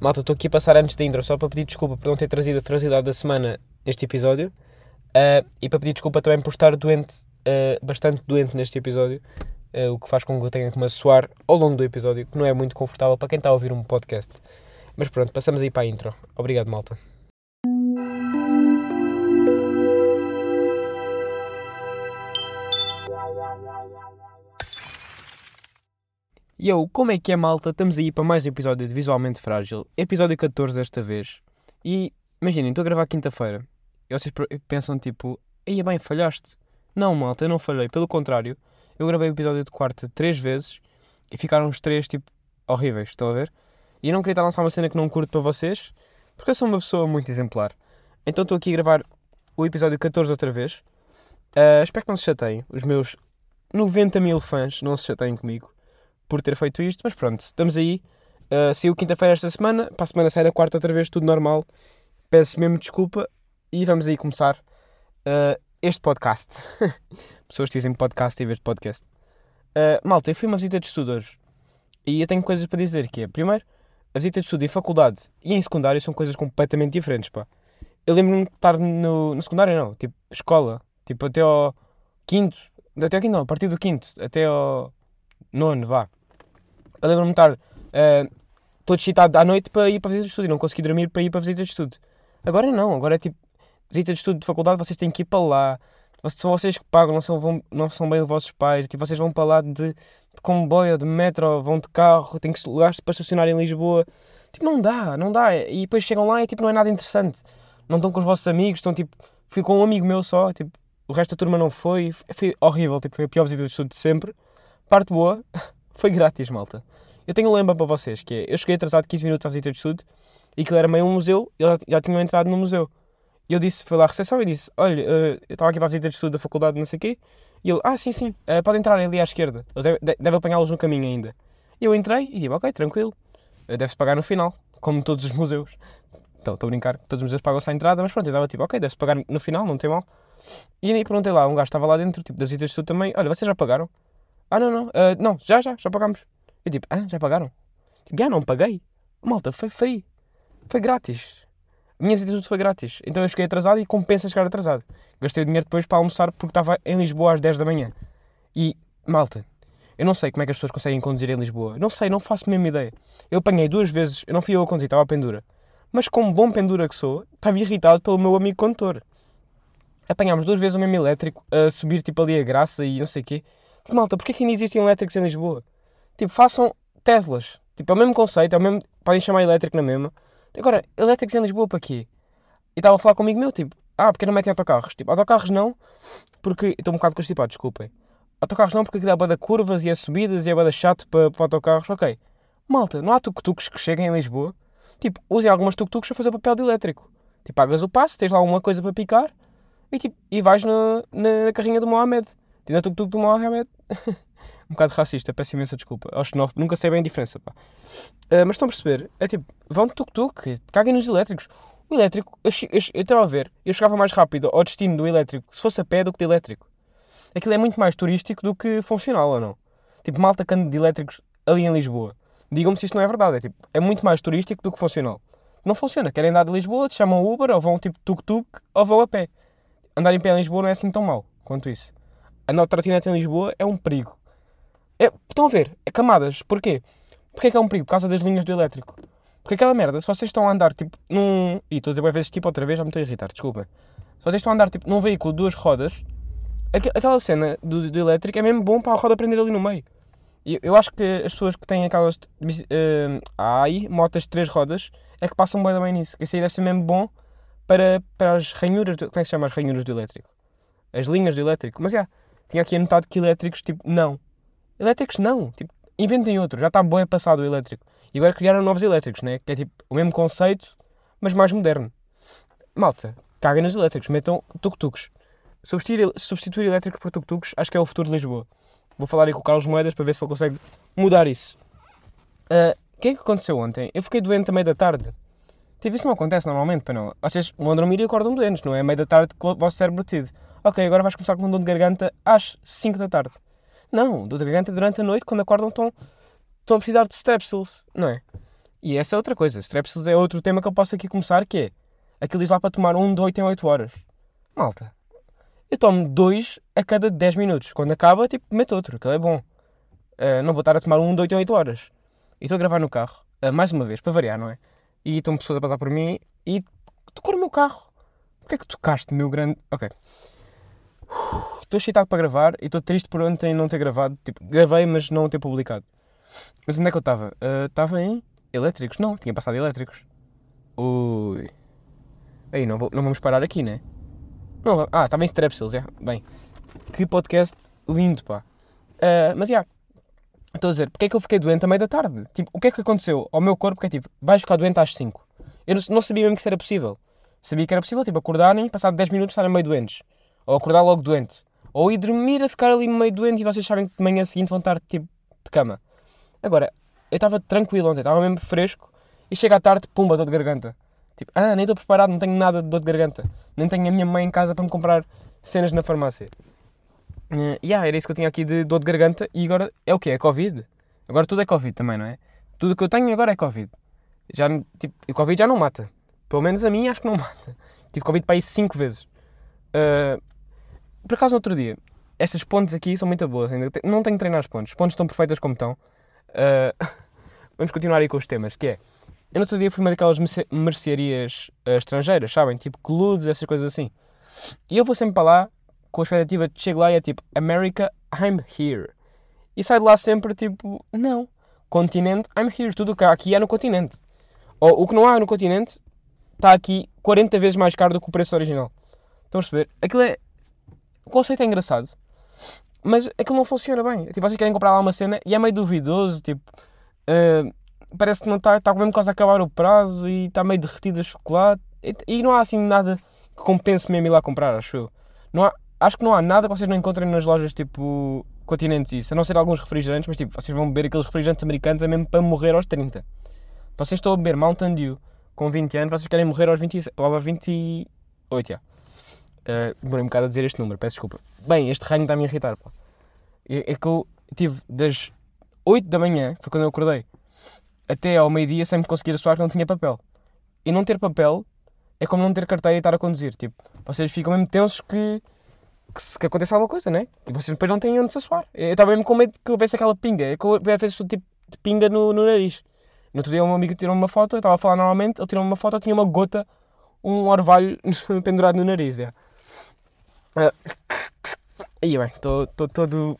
Malta, estou aqui a passar antes da intro só para pedir desculpa por não ter trazido a fragilidade da semana neste episódio e para pedir desculpa também por estar doente, bastante doente neste episódio, o que faz com que eu tenha que me suar ao longo do episódio, que não é muito confortável para quem está a ouvir um podcast. Mas pronto, passamos aí para a intro. Obrigado, malta. E eu, como é que é, malta? Estamos aí para mais um episódio de Visualmente Frágil, episódio 14 desta vez. E imaginem, estou a gravar quinta-feira e vocês pensam tipo, aí bem, falhaste. Não, malta, eu não falhei, pelo contrário, eu gravei o episódio de quarta 3 vezes e ficaram os 3 tipo horríveis, estão a ver? E eu não queria estar a lançar uma cena que não curto para vocês, porque eu sou uma pessoa muito exemplar. Então estou aqui a gravar o episódio 14 outra vez. Espero que não se chateiem, os meus 90 mil fãs não se chateiem comigo por ter feito isto, mas pronto, estamos aí. Saiu quinta-feira esta semana, para a semana sai na quarta outra vez, tudo normal. Peço mesmo desculpa e vamos aí começar este podcast. Pessoas dizem podcast em vez de podcast. Malta, eu fui uma visita de estudo hoje e eu tenho coisas para dizer, que é, primeiro, a visita de estudo em faculdade e em secundário são coisas completamente diferentes, pá. Eu lembro-me de estar no secundário, não, tipo, escola, tipo, até ao quinto, não, a partir do quinto, até ao nono, vá. Eu lembro-me de estar todo excitado à noite para ir para a visita de estudo e não consegui dormir para ir para a visita de estudo. Agora não, agora é tipo, visita de estudo de faculdade, vocês têm que ir para lá. São vocês que pagam, não são bem os vossos pais. Tipo, vocês vão para lá de comboio, de metro, vão de carro, têm que lugares para estacionar em Lisboa. Tipo, não dá. E depois chegam lá e tipo, não é nada interessante. Não estão com os vossos amigos, estão tipo, fui com um amigo meu só, tipo, o resto da turma não foi. Foi horrível, tipo, foi a pior visita de estudo de sempre. Parte boa, foi grátis, malta. Eu tenho um lema para vocês, que é, eu cheguei atrasado 15 minutos à visita de estudo e aquilo era meio um museu e eles já tinham entrado no museu. E eu disse, fui lá à recepção e disse, olha, eu estava aqui para a visita de estudo da faculdade, não sei o quê. E ele, sim, pode entrar ali à esquerda. Eles deve apanhá-los no caminho ainda. E eu entrei e digo, ok, tranquilo. Deve-se pagar no final, como todos os museus. Então, estou a brincar, todos os museus pagam-se à entrada, mas pronto, eu estava tipo, ok, deve-se pagar no final, não tem mal. E aí perguntei lá, um gajo estava lá dentro, tipo, da visita de estudo também, olha, vocês já pagaram? Não, já pagámos. Eu tipo, já pagaram? Tipo, não paguei. Malta, foi free. Foi grátis. A minha visita de estudo foi grátis. Então eu cheguei atrasado e compensa chegar atrasado. Gastei o dinheiro depois para almoçar porque estava em Lisboa às 10 da manhã. E, malta, eu não sei como é que as pessoas conseguem conduzir em Lisboa. Não sei, não faço a mesma ideia. Eu apanhei 2 vezes, eu não fui eu a conduzir, estava a pendura. Mas como bom pendura que sou, estava irritado pelo meu amigo condutor. Apanhámos 2 vezes o mesmo elétrico a subir tipo ali a Graça e não sei o quê. Tipo, malta, porquê que ainda existem elétricos em Lisboa? Tipo, façam Teslas. Tipo, é o mesmo conceito, é o mesmo... Podem chamar elétrico na mesma. Agora, elétricos em Lisboa para quê? E estava a falar comigo meu, tipo... porque não metem autocarros. Tipo, autocarros não, porque... Estou um bocado constipado, desculpem. Autocarros não, porque aquilo é bué de curvas e é subidas e é bué de chato para autocarros. Ok. Malta, não há tuk-tuks que cheguem em Lisboa? Tipo, usem algumas tuk-tuks a fazer papel de elétrico. Tipo, pagas o passe, tens lá uma coisa para picar e vais na carrinha do Mohamed. Tem na tuk-tuk do Mohamed. Um bocado racista, peço imensa desculpa. Aos xenófobos, nunca sei bem a diferença, pá. Mas estão a perceber? É tipo, vão de tuk-tuk, caguem nos elétricos. O elétrico, eu estava a ver, eu chegava mais rápido ao destino do elétrico se fosse a pé do que de elétrico. Aquilo é muito mais turístico do que funcional, ou não? Tipo, malta que anda de elétricos ali em Lisboa. Digam-me se isto não é verdade. É muito mais turístico do que funcional. Não funciona. Querem andar de Lisboa, chamam Uber, ou vão tipo tuk-tuk, ou vão a pé. Andar em pé em Lisboa não é assim tão mau quanto isso. Andar de trotinete em Lisboa é um perigo. Estão a ver? É camadas. Porquê? Porquê é que é um perigo? Por causa das linhas do elétrico. Porque aquela merda, se vocês estão a andar tipo num... E estou a dizer vezes tipo outra vez, já me estou a irritar, desculpem. Se vocês estão a andar tipo num veículo de 2 rodas, aquela cena do elétrico é mesmo bom para a roda prender ali no meio. E eu acho que as pessoas que têm aquelas motas de 3 rodas é que passam bem nisso. Que isso aí deve ser mesmo bom para as ranhuras... Como é que se chama as ranhuras do elétrico? As linhas do elétrico. Mas tinha aqui anotado que elétricos tipo não. Elétricos não, tipo, inventem outro, já está bem passado o elétrico. E agora criaram novos elétricos, né? Que é tipo o mesmo conceito, mas mais moderno. Malta, caguem nos elétricos, metam tuk-tuks. Substituir elétricos por tuk-tuks, acho que é o futuro de Lisboa. Vou falar aí com o Carlos Moedas para ver se ele consegue mudar isso. O que é que aconteceu ontem? Eu fiquei doente à meia da tarde. Tipo, isso não acontece normalmente, para não. Vocês vão dormir e acordam doentes, não é? À meia da tarde com o vosso cérebro decide. Ok, agora vais começar com um dor de garganta às 5 da tarde. Não, dor de garganta durante a noite, quando acordam, estão a precisar de strepsils, não é? E essa é outra coisa. Strepsils é outro tema que eu posso aqui começar, que é aquilo diz lá para tomar um de 8 em 8 horas. Malta, eu tomo 2 a cada 10 minutos. Quando acaba, tipo, meto outro, aquilo é bom. Não vou estar a tomar um de 8 em 8 horas. E estou a gravar no carro, mais uma vez, para variar, não é? E estão pessoas a passar por mim e tocou no meu carro. Porquê é que tocaste, meu grande... Ok. Estou excitado para gravar e estou triste por ontem não ter gravado. Tipo, gravei, mas não ter publicado. Mas onde é que eu estava? Estava em elétricos. Não, tinha passado elétricos. Ui. Aí, não vamos parar aqui, né? Não, estava em Strepsils, é. Bem, que podcast lindo, pá. Mas, já. Estou a dizer, porque é que eu fiquei doente à meia da tarde? Tipo, o que é que aconteceu ao meu corpo? Que é tipo, vais ficar doente às 5. Eu não sabia mesmo que isso era possível. Sabia que era possível, tipo, acordarem, passado 10 minutos estarem meio doentes. Ou acordar logo doente. Ou ir dormir a ficar ali meio doente e vocês sabem que de manhã seguinte vão estar, tipo, de cama. Agora, eu estava tranquilo ontem, estava mesmo fresco. E chega à tarde, pumba, dor de garganta. Tipo, nem estou preparado, não tenho nada de dor de garganta. Nem tenho a minha mãe em casa para me comprar cenas na farmácia. Era isso que eu tinha aqui de dor de garganta. E agora é o quê? É Covid? Agora tudo é Covid também, não é? Tudo que eu tenho agora é Covid. Tipo, o Covid já não mata. Pelo menos a mim acho que não mata. Tive Covid para aí 5 vezes. Por acaso, no outro dia, estas pontes aqui são muito boas. Ainda não tenho que treinar as pontes. As pontes estão perfeitas como estão. Vamos continuar aí com os temas, que é... Eu no outro dia fui uma daquelas mercearias estrangeiras, sabem? Tipo, Cludes, essas coisas assim. E eu vou sempre para lá com a expectativa de chegar lá e é tipo, America, I'm here. E saio de lá sempre tipo, não. Continente, I'm here. Tudo o que há aqui é no continente. Ou o que não há no continente está aqui 40 vezes mais caro do que o preço original. Estão a perceber? Aquilo é... O conceito é engraçado, mas aquilo não funciona bem. Tipo, vocês querem comprar lá uma cena e é meio duvidoso, tipo... parece que não está mesmo quase a acabar o prazo e está meio derretido o chocolate. E não há assim nada que compense mesmo ir lá comprar, acho eu. Acho que não há nada que vocês não encontrem nas lojas tipo Continentes isso, a não ser alguns refrigerantes, mas tipo, vocês vão beber aqueles refrigerantes americanos é mesmo para morrer aos 30. Vocês estão a beber Mountain Dew com 20 anos, vocês querem morrer aos 27, ou aos 28, já. Demorei um bocado a dizer este número, peço desculpa. Bem, este ranho está-me a irritar, pá. É que eu tive das 8 da manhã, que foi quando eu acordei, até ao meio-dia sem me conseguir assoar que não tinha papel. E não ter papel é como não ter carteira e estar a conduzir. Tipo, vocês ficam mesmo tensos que aconteça alguma coisa, né? E vocês depois não têm onde se assoar. Eu estava mesmo com medo que houvesse aquela pinga. É que eu às vezes tipo de pinga no nariz. No outro dia um amigo tirou uma foto, eu estava a falar normalmente, ele tirou uma foto, tinha uma gota, um orvalho pendurado no nariz. É. Aí bem, estou todo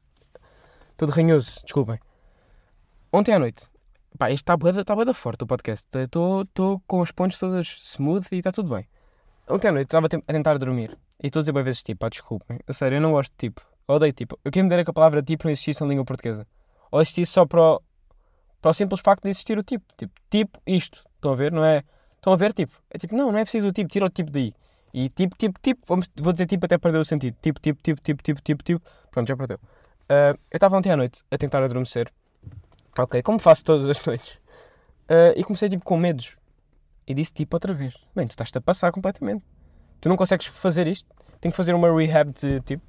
ranhoso, desculpem. Ontem à noite, pá, isto está bué da forte o podcast. Estou com os pontos todas smooth e está tudo bem. Ontem à noite estava a tentar dormir. E estou a dizer bem vezes tipo, desculpem. A sério, eu não gosto de tipo. Eu odeio tipo. Eu queria me dera que a palavra tipo não existisse na língua portuguesa. Ou existisse só para o simples facto de existir o tipo. Tipo isto. Estão a ver? Não é? Estão a ver tipo? É tipo, não é preciso o tipo. Tira o tipo daí. E tipo. Vou dizer tipo até perder o sentido. Tipo. Pronto, já perdeu. Eu estava ontem à noite a tentar adormecer. Ok, como faço todas as noites. E comecei tipo com medos. E disse tipo outra vez. Bem, tu estás-te a passar completamente. Tu não consegues fazer isto. Tenho que fazer uma rehab de tipo.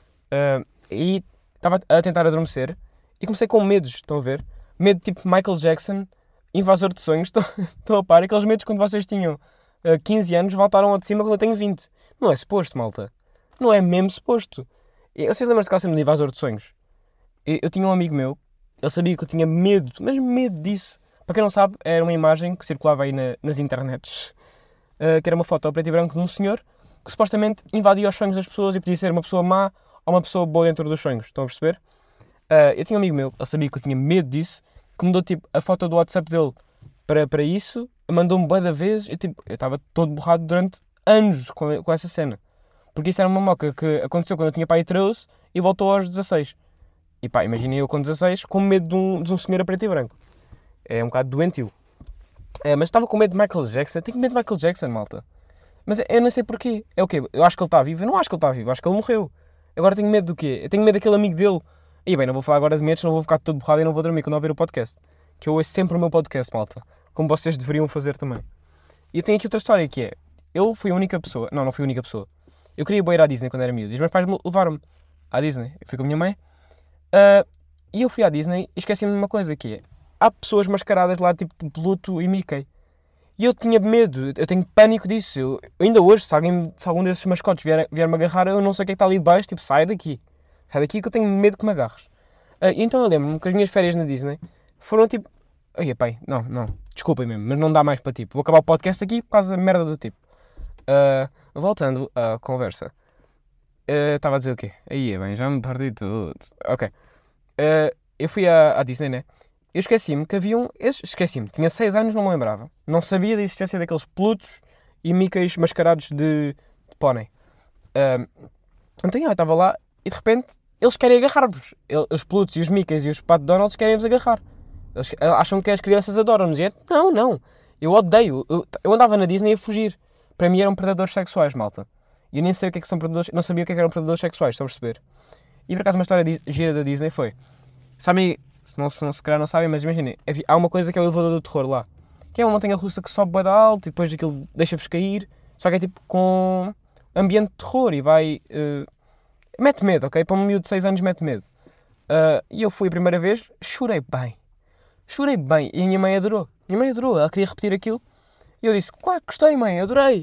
E estava a tentar adormecer. E comecei com medos, estão a ver? Medo tipo Michael Jackson, invasor de sonhos. Estão a par. Aqueles medos quando vocês tinham 15 anos voltaram ao de cima quando eu tenho 20. Não é suposto, malta. Não é mesmo suposto. Vocês lembram-se que eu sempre de invasor de sonhos? Eu tinha um amigo meu. Ele sabia que eu tinha medo. Mas medo disso. Para quem não sabe, era uma imagem que circulava aí nas internets. Que era uma foto ao preto e branco de um senhor que supostamente invadia os sonhos das pessoas e podia ser uma pessoa má ou uma pessoa boa dentro dos sonhos. Estão a perceber? Eu tinha um amigo meu, ele sabia que eu tinha medo disso, que me deu tipo a foto do WhatsApp dele para isso, mandou-me bué da vez. Eu estava todo borrado durante anos com essa cena. Porque isso era uma moca que aconteceu quando eu tinha pai 13 e voltou aos 16. E pá, imaginei eu com 16 com medo de um senhor a preto e branco. É um bocado doentio. Mas estava com medo de Michael Jackson. Tenho medo de Michael Jackson, malta. Mas eu não sei porquê. É o quê? Eu acho que ele está vivo. Eu não acho que ele está vivo. Eu acho que ele morreu. Agora tenho medo do quê? Eu tenho medo daquele amigo dele. E bem, não vou falar agora de medos, não vou ficar todo borrado e não vou dormir quando ouvir o podcast. Que eu ouço sempre o meu podcast, malta. Como vocês deveriam fazer também. E eu tenho aqui outra história que é... Eu fui a única pessoa... Não fui a única pessoa. Eu queria ir à Disney quando era miúdo. E os meus pais levaram-me à Disney. Eu fui com a minha mãe. E eu fui à Disney e esqueci-me de uma coisa que é... há pessoas mascaradas lá, tipo Pluto e Mickey. E eu tinha medo, eu tenho pânico disso. Eu ainda hoje, se algum desses mascotes vier-me agarrar, eu não sei o que é que está ali debaixo, tipo, sai daqui que eu tenho medo que me agarres. Então eu lembro-me que as minhas férias na Disney foram tipo, ai pai, não, desculpem mesmo, mas não dá mais para tipo, vou acabar o podcast aqui por causa da merda do tipo. Voltando à conversa, estava a dizer o quê? Aí, bem, já me perdi tudo. Ok. Eu fui à Disney, né? Eu esqueci-me que haviam. Esqueci-me, tinha 6 anos, não me lembrava. Não sabia da existência daqueles Plutos e Mickeys mascarados de pônei. Então eu estava lá e de repente eles querem agarrar-vos. Os Plutos e os Mickeys e os Pato Donalds querem-vos agarrar. Eles acham que as crianças adoram-nos. E não. Eu odeio. Eu andava na Disney a fugir. Para mim eram predadores sexuais, malta. E eu nem sei o que é que são predadores. Não sabia o que é que eram predadores sexuais, estão a perceber? E por acaso uma história gira da Disney foi. Sabem, se calhar não sabem, mas imaginem, há uma coisa que é o elevador do terror lá. Que é uma montanha-russa que sobe bem alto e depois aquilo deixa-vos cair. Só que é tipo com ambiente de terror e vai... mete medo, ok? Para um miúdo de 6 anos mete medo. E eu fui a primeira vez, chorei bem. E a minha mãe adorou. Ela queria repetir aquilo. E eu disse, claro que gostei, mãe, adorei.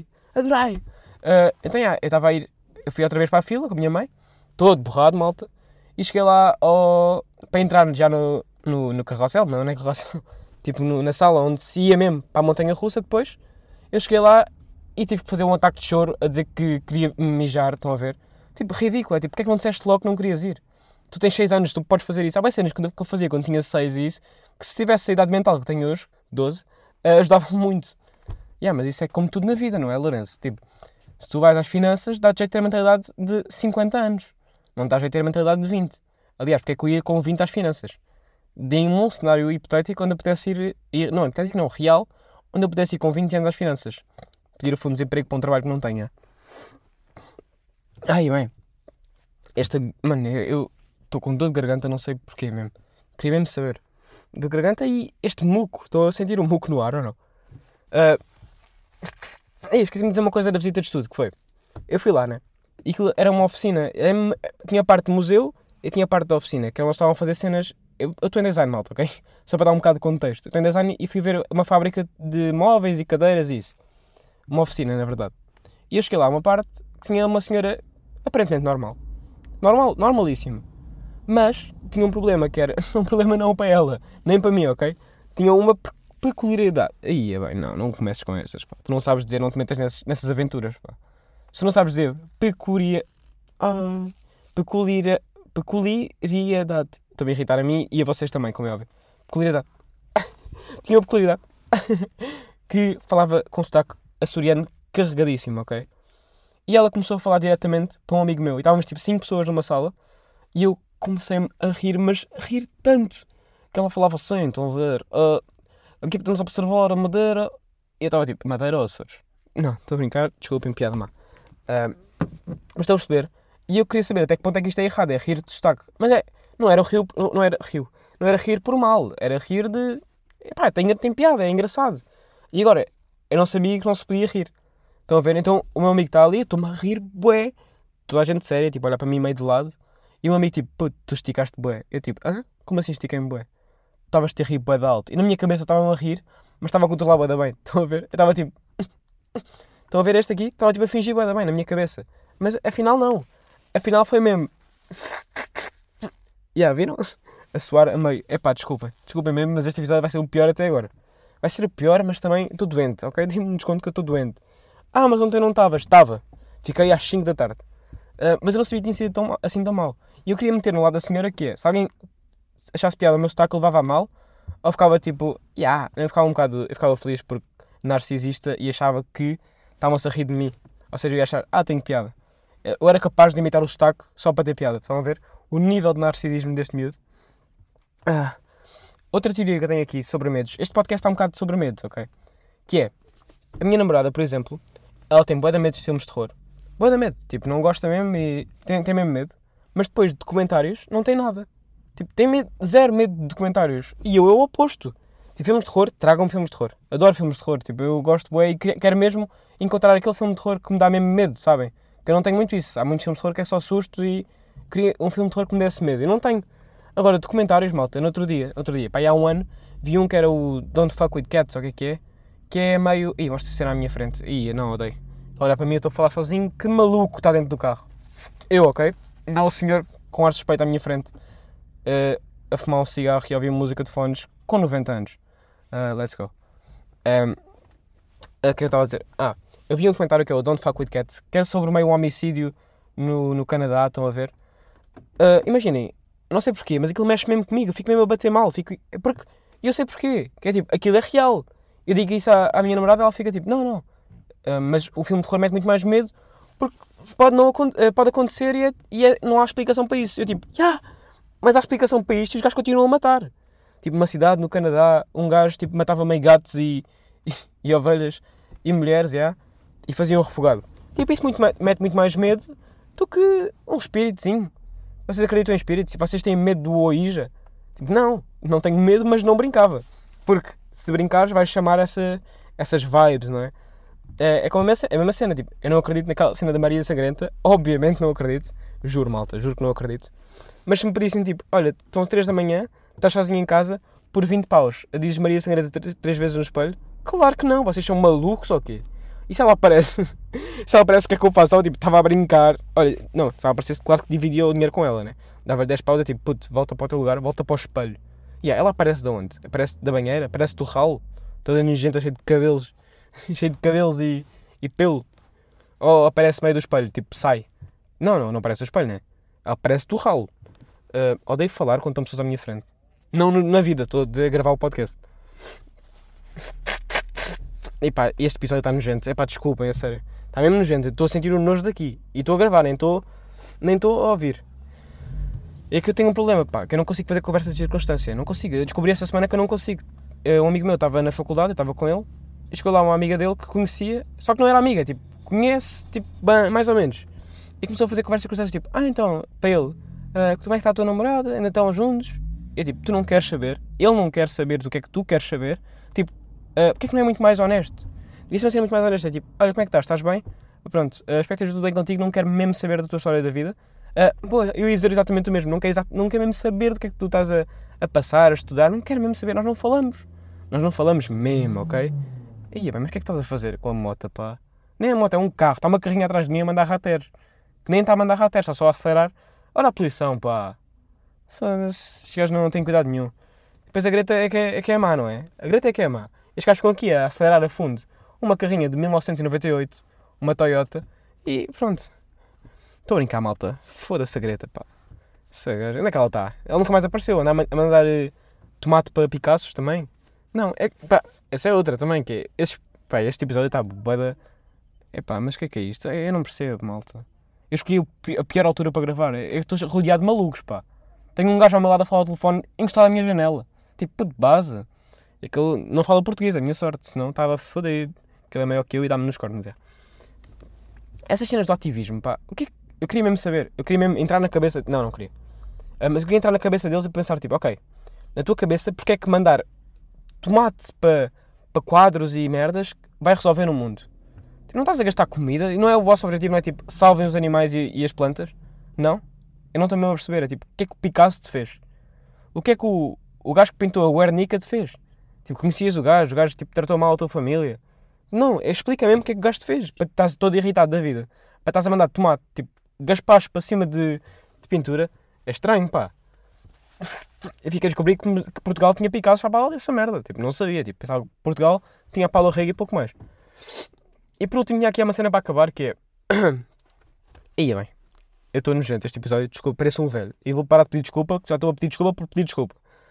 Então, eu estava a ir, eu fui outra vez para a fila com a minha mãe, todo borrado, malta, e cheguei lá para entrar já no carrossel, não é carrossel, tipo na sala onde se ia mesmo para a montanha-russa depois. Eu cheguei lá e tive que fazer um ataque de choro a dizer que queria mijar, estão a ver? Tipo, ridículo, tipo, porque é que não disseste logo que não querias ir? Tu tens 6 anos, tu podes fazer isso. Há bem cenas que eu fazia quando tinha 6 e isso, que se tivesse a idade mental que tenho hoje, 12, ajudava muito. Mas isso é como tudo na vida, não é, Lourenço? Tipo, se tu vais às finanças, dá-te jeito de ter a mentalidade de 50 anos. Não dá jeito de ter a mentalidade de 20. Aliás, porque é que eu ia com 20 às finanças? Deem-me um cenário hipotético onde eu pudesse ir... Não, hipotético não, real. Onde eu pudesse ir com 20 anos às finanças. Pedir o fundo de desemprego para um trabalho que não tenha. Bem. Mano, eu estou com dor de garganta, não sei porquê mesmo. Queria mesmo saber. De garganta e este muco. Estou a sentir um muco no ar ou não? Esqueci-me de dizer uma coisa da visita de estudo, que foi... Eu fui lá, né? E aquilo era uma oficina. Tinha parte de museu e tinha parte da oficina, que eles estavam a fazer cenas... Eu estou em design, malta, ok? Só para dar um bocado de contexto. Eu estou em design e fui ver uma fábrica de móveis e cadeiras e isso. Uma oficina, na verdade. E eu cheguei lá a uma parte que tinha uma senhora aparentemente normal. Normalíssimo. Mas tinha um problema que era... Um problema não para ela, nem para mim, ok? Tinha uma peculiaridade. Bem, não comeces com essas, pá. Tu não sabes dizer, não te metas nessas aventuras, pá. Se tu não sabes dizer peculiaridade. Estou-me a irritar a mim e a vocês também, como é óbvio. Peculiaridade. Tinha uma peculiaridade que falava com sotaque açoriano carregadíssimo, ok? E ela começou a falar diretamente para um amigo meu. E estávamos tipo 5 pessoas numa sala e eu comecei a rir, mas a rir tanto que ela falava assim, estão a ver? Aqui podemos observar a Madeira. E eu estava tipo, Madeira ou Açores? Não, estou a brincar, desculpem, piada má. Mas estou a perceber. E eu queria saber até que ponto é que isto é errado, é rir de sotaque. Mas não era rir por mal, era rir de... Epá, tem piada, é engraçado. E agora, eu não sabia que não se podia rir. Estão a ver? Então o meu amigo está ali, estou-me a rir, bué. Toda a gente séria, tipo, olhar para mim meio de lado. E o meu amigo tipo, puto, tu esticaste bué. Eu tipo, como assim estiquei-me bué? Estavas-te a rir bué de alto. E na minha cabeça estavam a rir, mas estava a controlar bué da bem. Estão a ver? Eu estava tipo... Estão a ver este aqui? Estava tipo a fingir bué da bem na minha cabeça. Mas afinal não. Afinal foi mesmo... Viram? A suar a meio. Desculpem mesmo, mas este episódio vai ser o pior até agora. Vai ser o pior, mas também estou doente, ok? Dê-me um desconto que eu estou doente. Mas ontem não estavas. Estava. Fiquei às 5 da tarde. Mas eu não sabia que tinha sido assim tão mal. E eu queria meter no lado da senhora que é, se alguém achasse piada o meu sotaque, levava a mal, ou ficava tipo, eu ficava feliz porque narcisista e achava que estavam-se a rir de mim. Ou seja, eu ia achar, tenho piada. Eu era capaz de imitar o sotaque só para ter piada. Estão a ver? O nível de narcisismo deste miúdo. Outra teoria que eu tenho aqui sobre medos. Este podcast está um bocado sobre medos, ok? Que é, a minha namorada, por exemplo, ela tem bué de medo de filmes de terror. Bué de medo. Tipo, não gosta mesmo e tem mesmo medo. Mas depois de documentários, não tem nada. Tipo, tem medo, zero medo de documentários. E eu é o oposto. Tipo, filmes de terror, tragam-me filmes de terror. Adoro filmes de terror. Tipo, eu gosto bué e quero mesmo encontrar aquele filme de terror que me dá mesmo medo, sabem? Que eu não tenho muito isso. Há muitos filmes de terror que é só sustos e queria um filme de terror que me desse medo. Eu não tenho. Agora, documentários, malta, no outro dia, pá, há um ano, Vi um que era o Don't Fuck With Cats, ou o que é? Que é meio... Ih, vamos ser à minha frente. Ih, não, odeio. Olha para mim, eu estou a falar sozinho, que maluco está dentro do carro. Eu, ok? Não o senhor com ar suspeito à minha frente, a fumar um cigarro e a ouvir música de fones com 90 anos. Let's go. O que eu estava a dizer? Eu vi um documentário que é o Don't Fuck With Cats, que é sobre meio um homicídio no Canadá, estão a ver? Imaginem, não sei porquê, mas aquilo mexe mesmo comigo, eu fico mesmo a bater mal, porque eu sei porquê, que é tipo, aquilo é real. Eu digo isso à minha namorada, ela fica tipo, não. Mas o filme de terror mete muito mais medo, porque pode acontecer não há explicação para isso. Eu tipo, mas há explicação para isto e os gajos continuam a matar. Tipo, uma cidade no Canadá, um gajo tipo, matava meio gatos e ovelhas e mulheres, e fazia um refogado. Tipo, isso mete muito mais medo do que um espíritozinho. Vocês acreditam em espíritos? Vocês têm medo do Ouija? Tipo, não tenho medo, mas não brincava. Porque se brincares vais chamar essas vibes, não é? É como a mesma cena, tipo, eu não acredito naquela cena da Maria Sangrenta, obviamente não acredito, juro malta, juro que não acredito. Mas se me pedissem tipo, olha, estão 3 da manhã, estás sozinho em casa, por 20 paus, dizes Maria Sangrenta 3 vezes no espelho? Claro que não, vocês são malucos ou quê? E se ela aparece, o que é que eu faço? Ela tipo, estava a brincar, olha, não, se ela aparecesse, claro que dividia o dinheiro com ela, né? Dava-lhe 10 paus, tipo, puto, volta para o teu lugar, volta para o espelho. E ela aparece de onde? Aparece da banheira? Aparece do ralo? Toda nojenta, cheia de cabelos. Cheio de cabelos e pelo. Ou aparece meio do espelho, tipo, sai. Não aparece do espelho, né? Aparece do ralo. Odeio falar quando estão pessoas à minha frente. Não na vida, estou a gravar o podcast. Epá, este episódio está nojento. Epá, desculpem, é sério. Está mesmo nojento. Estou a sentir o nojo daqui. E estou a gravar, nem estou a ouvir. É que eu tenho um problema, pá, que eu não consigo fazer conversas de circunstância. Não consigo. Eu descobri esta semana que eu não consigo. Um amigo meu estava na faculdade, eu estava com ele. E chegou lá uma amiga dele que conhecia, só que não era amiga, tipo, conhece, tipo, bem, mais ou menos. E começou a fazer conversas com os tipo, então, para ele, como é que está a tua namorada? Ainda estão juntos? Eu tipo, tu não queres saber, ele não quer saber do que é que tu queres saber, tipo, porque é que não é muito mais honesto? Devia ser muito mais honesto, é tipo, olha, como é que estás bem? Pronto, espero que esteja tudo bem contigo, não quero mesmo saber da tua história da vida. Eu ia dizer exatamente o mesmo, não quero mesmo saber do que é que tu estás a passar, a estudar, não quero mesmo saber, nós não falamos mesmo, ok? Ia bem, mas o que é que estás a fazer com a moto, pá? Nem a moto, é um carro, está uma carrinha atrás de mim a mandar rateros. Que nem está a mandar rateros, está só a acelerar. Olha a poluição, pá. Estes gajos não têm cuidado nenhum. Depois a Greta é que é má, não é? A Greta é que é má. Estes gajos ficam aqui a acelerar a fundo. Uma carrinha de 1998, uma Toyota, e pronto. Estou a brincar, malta. Foda-se a Greta, pá. Onde é que ela está? Ela nunca mais apareceu. Anda a mandar tomate para Picassos também. Não, pá, essa é outra também, que é, este episódio está bué. Epá, mas o que é isto? Eu não percebo, malta. Eu escolhi a pior altura para gravar. Eu estou rodeado de malucos, pá. Tenho um gajo ao meu lado a falar ao telefone encostado à minha janela. Tipo, puto, base. É que ele não fala português, é a minha sorte, senão estava fodido. Que ele é maior que eu e dá-me nos cornos, é. Essas cenas do ativismo, pá, o que é que... Eu queria mesmo saber, eu queria mesmo entrar na cabeça... Não queria. Mas eu queria entrar na cabeça deles e pensar, tipo, ok, na tua cabeça, porque é que mandar tomate para quadros e merdas vai resolver no mundo? Tipo, não estás a gastar comida e não é o vosso objetivo, não é tipo, salvem os animais e as plantas? Não? Eu não estou mesmo a perceber, é tipo, o que é que o Picasso te fez? O que é que o gajo que pintou a Guernica te fez? Tipo, conhecias o gajo tipo, tratou mal a tua família? Não, explica mesmo o que é que o gajo te fez, para estás todo irritado da vida. Para estás a mandar tomate, tipo, gaspacho para cima de pintura, é estranho, pá. Eu fiquei a descobrir que Portugal tinha Picasso à bala dessa merda. Tipo, não sabia. Tipo, pensava que Portugal tinha Paulo Rega e pouco mais. E por último, tinha aqui uma cena para acabar que é... Ia bem. Eu estou nojento este episódio. Desculpa, pareço um velho. E vou parar de pedir desculpa, que já estou a pedir desculpa por pedir desculpa.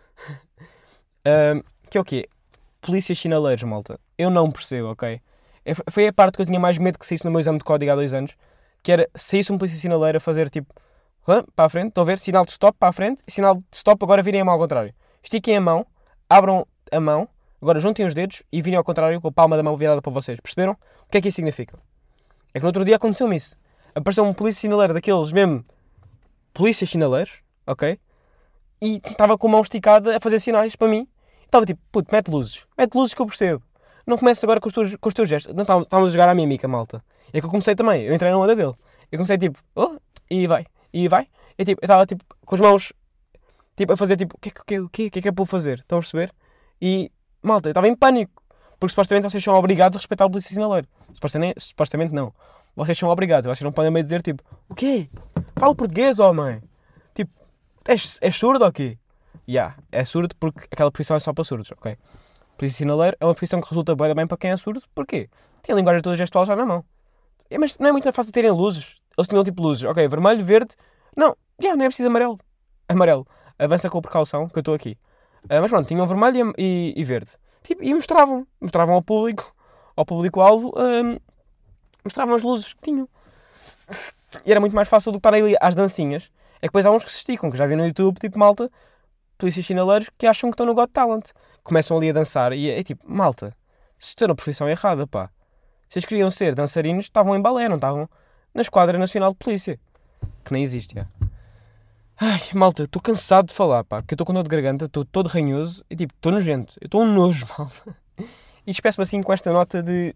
Que é o quê? Polícias sinaleiros, malta. Eu não percebo, ok? Foi a parte que eu tinha mais medo que saísse no meu exame de código há 2 anos. Que era, saísse um polícia sinaleiro a fazer tipo... para a frente, estão a ver? Sinal de stop para a frente e sinal de stop, agora virem a mão ao contrário. Estiquem a mão, abram a mão, agora juntem os dedos e virem ao contrário com a palma da mão virada para vocês. Perceberam? O que é que isso significa? É que no outro dia aconteceu-me isso. Apareceu um polícia sinaleiro daqueles mesmo polícias sinaleiros, ok? E estava com a mão esticada a fazer sinais para mim. Estava tipo, puto, mete luzes que eu percebo. Não comeces agora com os teus gestos. Não, estávamos a jogar à mímica, malta. É que eu comecei também, eu entrei na onda dele. Eu comecei tipo, e vai. Eu estava tipo, com as mãos, tipo, a fazer tipo, o que é que é para eu fazer? Estão a perceber? E, malta, eu estava em pânico. Porque supostamente vocês são obrigados a respeitar o polícia sinaleiro. Supostamente não. Vocês são obrigados. Vocês não podem meio dizer tipo, o quê? Fala português, homem. Tipo, és surdo ou quê? É surdo porque aquela profissão é só para surdos, ok? Polícia sinaleiro é uma profissão que resulta bem para quem é surdo. Porquê? Tem a linguagem toda gestual já na mão. Mas não é muito mais fácil terem luzes. Eles tinham tipo luzes. Ok, vermelho, verde. Não, não é preciso amarelo. Amarelo. Avança com precaução, que eu estou aqui. Mas pronto, tinham vermelho e verde. Tipo, e mostravam ao público-alvo, mostravam as luzes que tinham. E era muito mais fácil do que estar ali às dancinhas. É que depois há uns que se esticam, que já vi no YouTube, tipo, malta, polícias sinaleiros, que acham que estão no Got Talent. Começam ali a dançar e é tipo, malta, se estão na profissão errada, pá. Se eles queriam ser dançarinos, estavam em balé, não estavam na Esquadra Nacional de Polícia. Que nem existe, já. Ai, malta, estou cansado de falar, pá, porque eu estou com dor de garganta, estou todo ranhoso e tipo, estou nojento. Eu estou um nojo, malta. E despeço-me assim com esta nota de...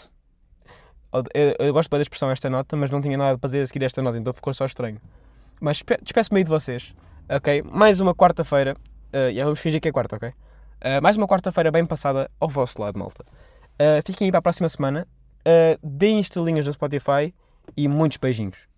Eu gosto bem da expressão esta nota, mas não tinha nada para fazer a seguir esta nota, então ficou só estranho. Mas despeço-me aí de vocês, ok? Mais uma quarta-feira, vamos fingir que é quarta, ok? Mais uma quarta-feira bem passada ao vosso lado, malta. Fiquem aí para a próxima semana, deem estrelinhas no Spotify e muitos beijinhos.